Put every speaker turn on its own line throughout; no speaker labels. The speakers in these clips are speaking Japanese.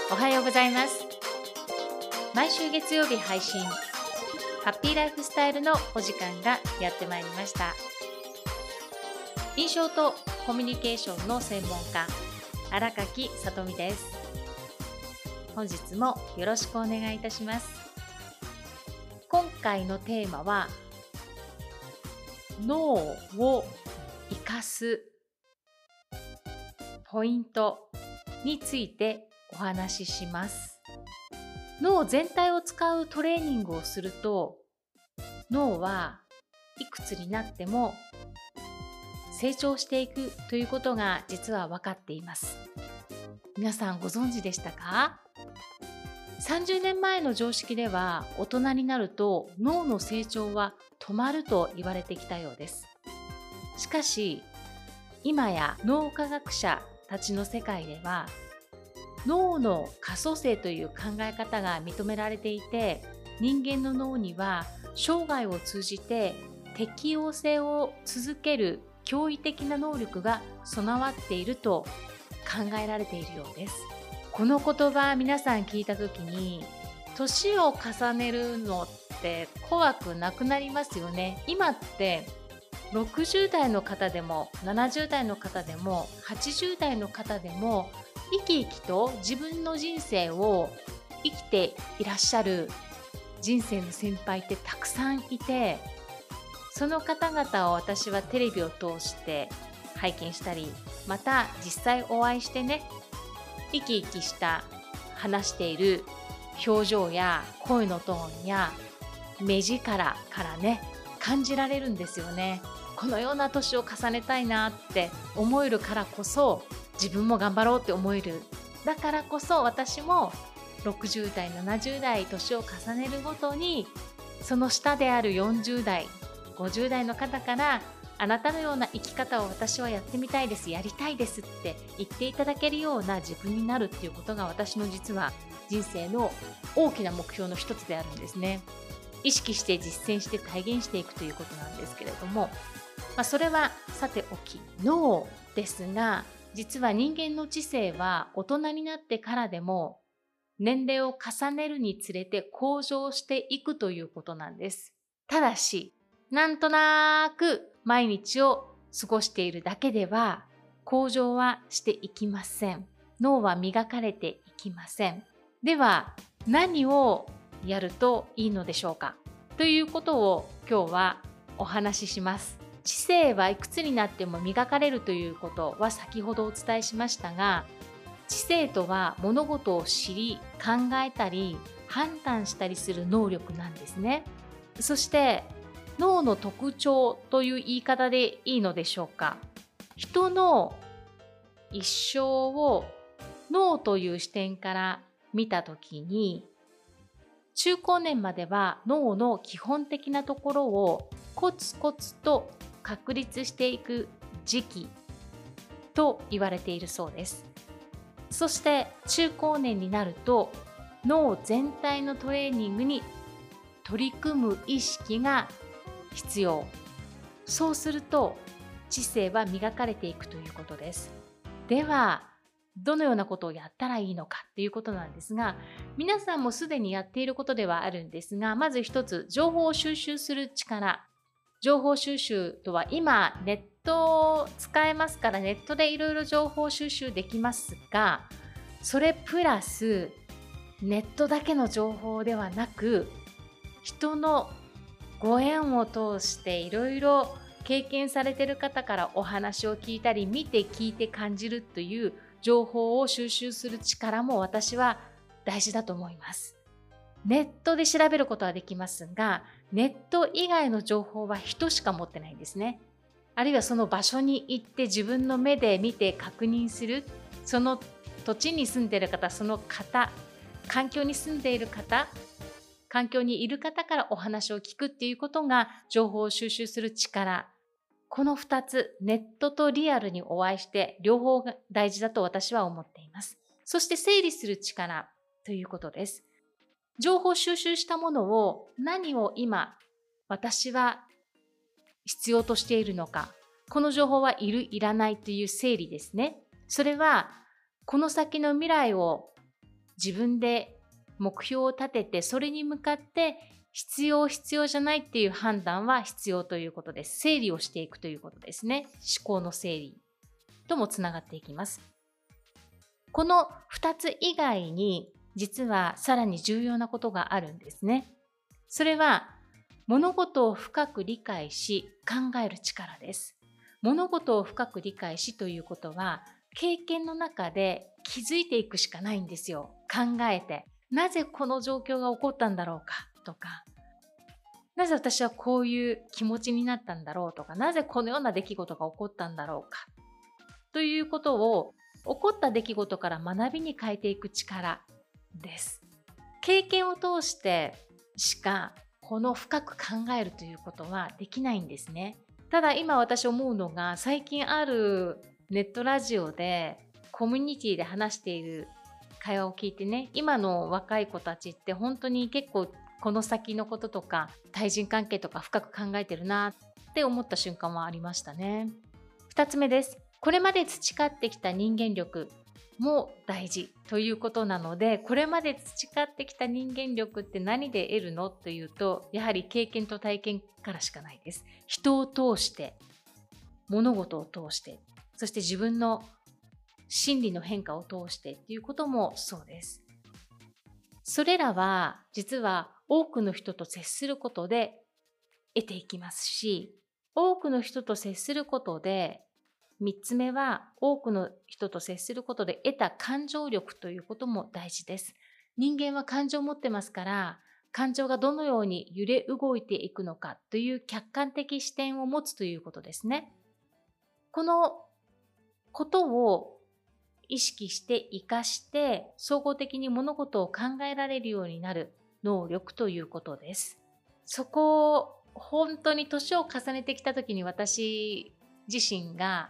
おはようございます。毎週月曜日配信、ハッピーライフスタイルのお時間がやってまいりました。印象とコミュニケーションの専門家、新垣さとみです。本日もよろしくお願いいたします。今回のテーマは、脳を生かすポイントについてお話しします。脳全体を使うトレーニングをすると、脳はいくつになっても成長していくということが実は分かっています。皆さんご存知でしたか？30年前の常識では、大人になると脳の成長は止まると言われてきたようです。しかし、今や脳科学者たちの世界では、脳の可塑性という考え方が認められていて、人間の脳には生涯を通じて適応性を続ける驚異的な能力が備わっていると考えられているようです。この言葉、皆さん聞いた時に、年を重ねるのって怖くなくなりますよね。今って60代の方でも70代の方でも80代の方でも生き生きと自分の人生を生きていらっしゃる人生の先輩ってたくさんいて、その方々を私はテレビを通して拝見したり、また実際お会いしてね、生き生きした話している表情や声のトーンや目力からね、感じられるんですよね。このような年を重ねたいなって思えるからこそ、自分も頑張ろうって思える。だからこそ私も60代、70代年を重ねるごとに、その下である40代、50代の方から、あなたのような生き方を私はやってみたいです、やりたいですって言っていただけるような自分になるっていうことが、私の実は人生の大きな目標の一つであるんですね。意識して実践して体現していくということなんですけれども、それはさておき、脳ですが、実は人間の知性は大人になってからでも年齢を重ねるにつれて向上していくということなんです。ただし、なんとなく毎日を過ごしているだけでは向上はしていきません。脳は磨かれていきません。では、何をやるといいのでしょうかということを今日はお話しします。知性はいくつになっても磨かれるということは先ほどお伝えしましたが、知性とは物事を知り、考えたり、判断したりする能力なんですね。そして脳の特徴という言い方でいいのでしょうか。人の一生を脳という視点から見たときに、中高年までは脳の基本的なところをコツコツと確立していく時期と言われているそうです。そして中高年になると、脳全体のトレーニングに取り組む意識が必要。そうすると知性は磨かれていくということです。では、どのようなことをやったらいいのかっていうことなんですが、皆さんもすでにやっていることではあるんですが、まず一つ、情報を収集する力。情報収集とは、今ネットを使えますから、ネットでいろいろ情報収集できますが、それプラスネットだけの情報ではなく、人のご縁を通していろいろ経験されている方からお話を聞いたり、見て聞いて感じるという情報を収集する力も私は大事だと思います。ネットで調べることはできますが、ネット以外の情報は人しか持ってないんですね。あるいはその場所に行って自分の目で見て確認する、その土地に住んでいる方、その方、環境に住んでいる方、環境にいる方からお話を聞くっていうことが情報を収集する力。この2つ、ネットとリアルにお会いして両方が大事だと私は思っています。そして整理する力ということです。情報収集したものを、何を今私は必要としているのか、この情報はいるいらないという整理ですね。それはこの先の未来を自分で目標を立てて、それに向かって必要じゃないっていう判断は必要ということです。整理をしていくということですね。思考の整理ともつながっていきます。この2つ以外に実はさらに重要なことがあるんですね。それは物事を深く理解し考える力です。物事を深く理解しということは経験の中で気づいていくしかないんですよ。考えて。なぜこの状況が起こったんだろうかとか、なぜ私はこういう気持ちになったんだろうとか、なぜこのような出来事が起こったんだろうかということを起こった出来事から学びに変えていく力です。経験を通してしかこの深く考えるということはできないんですね。ただ今私思うのが、最近あるネットラジオでコミュニティで話している会話を聞いてね、今の若い子たちって本当に結構この先のこととか対人関係とか深く考えてるなって思った瞬間はありましたね。2つ目です。これまで培ってきた人間力も大事ということなので、これまで培ってきた人間力って何で得るのというと、やはり経験と体験からしかないです。人を通して、物事を通して、そして自分の心理の変化を通してっていうこともそうです。それらは実は多くの人と接することで得ていきますし、多くの人と接することで、3つ目は多くの人と接することで得た感情力ということも大事です。人間は感情を持ってますから、感情がどのように揺れ動いていくのかという客観的視点を持つということですね。このことを意識して活かして総合的に物事を考えられるようになる能力ということです。そこを本当に年を重ねてきた時に私自身が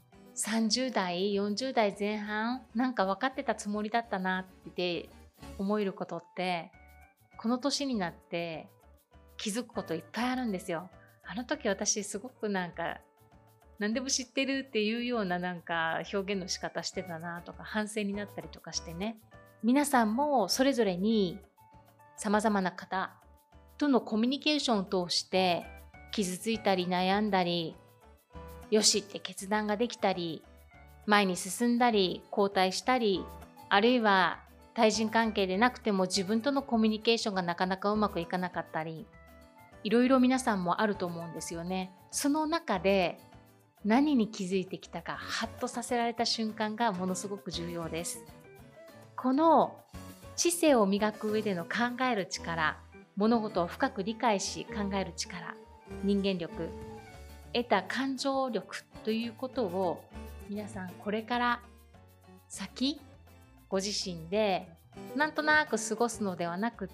30代、40代前半なんか分かってたつもりだったなって思えることってこの年になって気づくこといっぱいあるんですよ。あの時私すごくなんか何でも知ってるっていうようななんか表現の仕方してたなとか反省になったりとかしてね。皆さんもそれぞれに様々な方とのコミュニケーションを通して傷ついたり悩んだり、よしって決断ができたり、前に進んだり後退したり、あるいは対人関係でなくても自分とのコミュニケーションがなかなかうまくいかなかったり、いろいろ皆さんもあると思うんですよね。その中で何に気づいてきたか、ハッとさせられた瞬間がものすごく重要です。この知性を磨く上での考える力、物事を深く理解し考える力、人間力、得た感情力ということを皆さんこれから先ご自身でなんとなく過ごすのではなくって、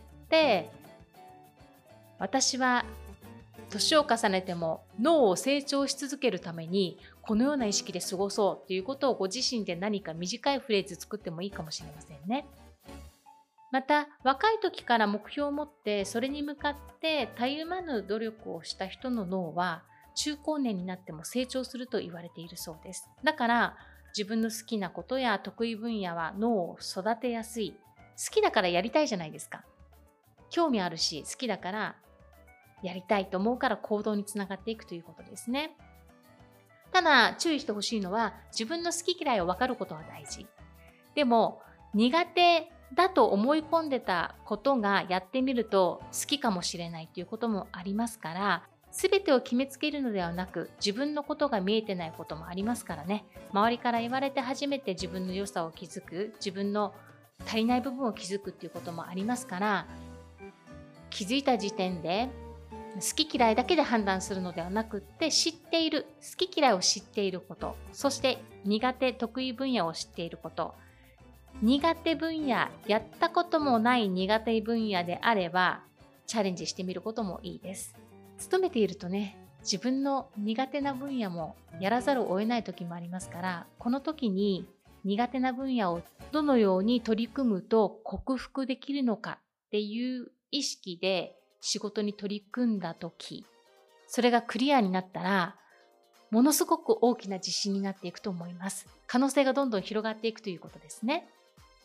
私は年を重ねても脳を成長し続けるためにこのような意識で過ごそうということをご自身で何か短いフレーズ作ってもいいかもしれませんね。また若い時から目標を持ってそれに向かってたゆまぬ努力をした人の脳は中高年になっても成長すると言われているそうです。だから自分の好きなことや得意分野は脳を育てやすい。好きだからやりたいじゃないですか。興味あるし好きだからやりたいと思うから行動につながっていくということですね。ただ注意してほしいのは自分の好き嫌いを分かることは大事。でも苦手だと思い込んでたことがやってみると好きかもしれないということもありますから、全てを決めつけるのではなく自分のことが見えてないこともありますからね。周りから言われて初めて自分の良さを気づく、自分の足りない部分を気づくっていうこともありますから、気づいた時点で好き嫌いだけで判断するのではなくって、知っている、好き嫌いを知っていること、そして苦手得意分野を知っていること、苦手分野、やったこともない苦手分野であればチャレンジしてみることもいいです。勤めているとね、自分の苦手な分野もやらざるを得ない時もありますから、この時に苦手な分野をどのように取り組むと克服できるのかっていう意識で仕事に取り組んだ時、それがクリアになったらものすごく大きな自信になっていくと思います。可能性がどんどん広がっていくということですね。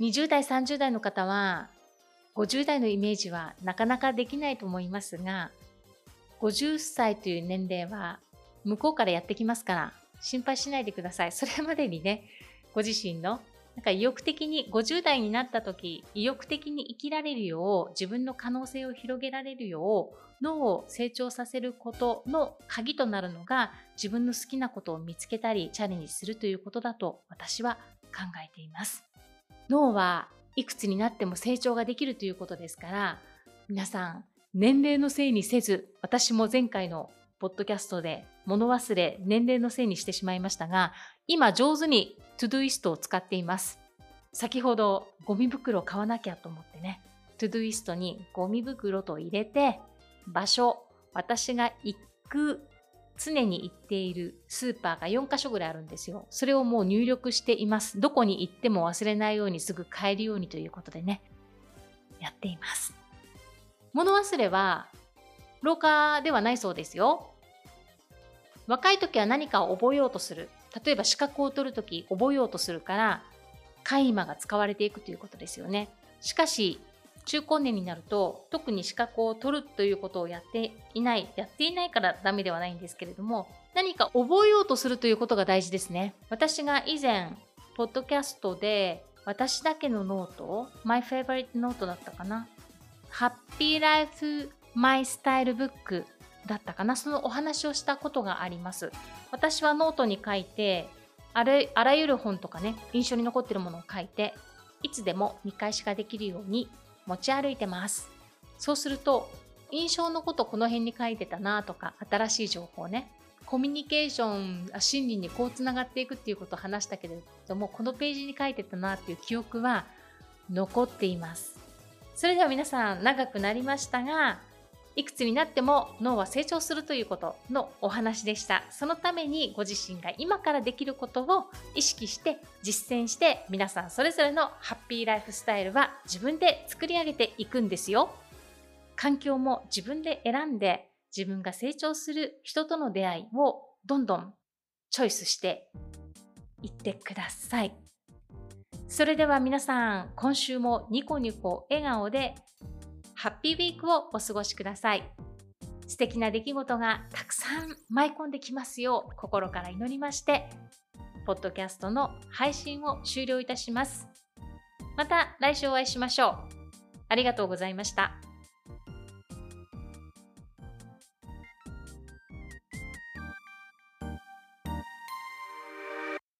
20代、30代の方は、50代のイメージはなかなかできないと思いますが、50歳という年齢は向こうからやってきますから、心配しないでください。それまでにね、ご自身の意欲的に50代になった時、意欲的に生きられるよう、自分の可能性を広げられるよう、脳を成長させることの鍵となるのが、自分の好きなことを見つけたりチャレンジするということだと私は考えています。脳はいくつになっても成長ができるということですから、皆さん年齢のせいにせず、私も前回のポッドキャストで物忘れ、年齢のせいにしてしまいましたが、今上手にトゥドゥイストを使っています。先ほどゴミ袋を買わなきゃと思ってね、トゥドゥイストにゴミ袋と入れて、場所、私が常に行っているスーパーが4カ所ぐらいあるんですよ。それをもう入力しています。どこに行っても忘れないようにすぐ買えるようにということでね、やっています。物忘れは老化ではないそうですよ。若い時は何かを覚えようとする。例えば資格を取るとき覚えようとするから、カマが使われていくということですよね。しかし、中高年になると、特に資格を取るということをやっていないからダメではないんですけれども、何か覚えようとするということが大事ですね。私が以前、ポッドキャストで、私だけのノート、My Favorite Note だったかな。ハッピーライフマイスタイルブックだったかな。そのお話をしたことがあります。私はノートに書いて、あらゆる本とかね、印象に残っているものを書いて、いつでも見返しができるように持ち歩いてます。そうすると、印象のことこの辺に書いてたなとか、新しい情報ね、コミュニケーション、心理にこうつながっていくっていうことを話したけれども、このページに書いてたなっていう記憶は残っています。それでは皆さん、長くなりましたが、いくつになっても脳は成長するということのお話でした。そのためにご自身が今からできることを意識して実践して、皆さんそれぞれのハッピーライフスタイルは自分で作り上げていくんですよ。環境も自分で選んで、自分が成長する人との出会いをどんどんチョイスしていってください。それでは皆さん、今週もニコニコ笑顔でハッピーウィークをお過ごしください。素敵な出来事がたくさん舞い込んできますよう心から祈りまして、ポッドキャストの配信を終了いたします。また来週お会いしましょう。ありがとうございました。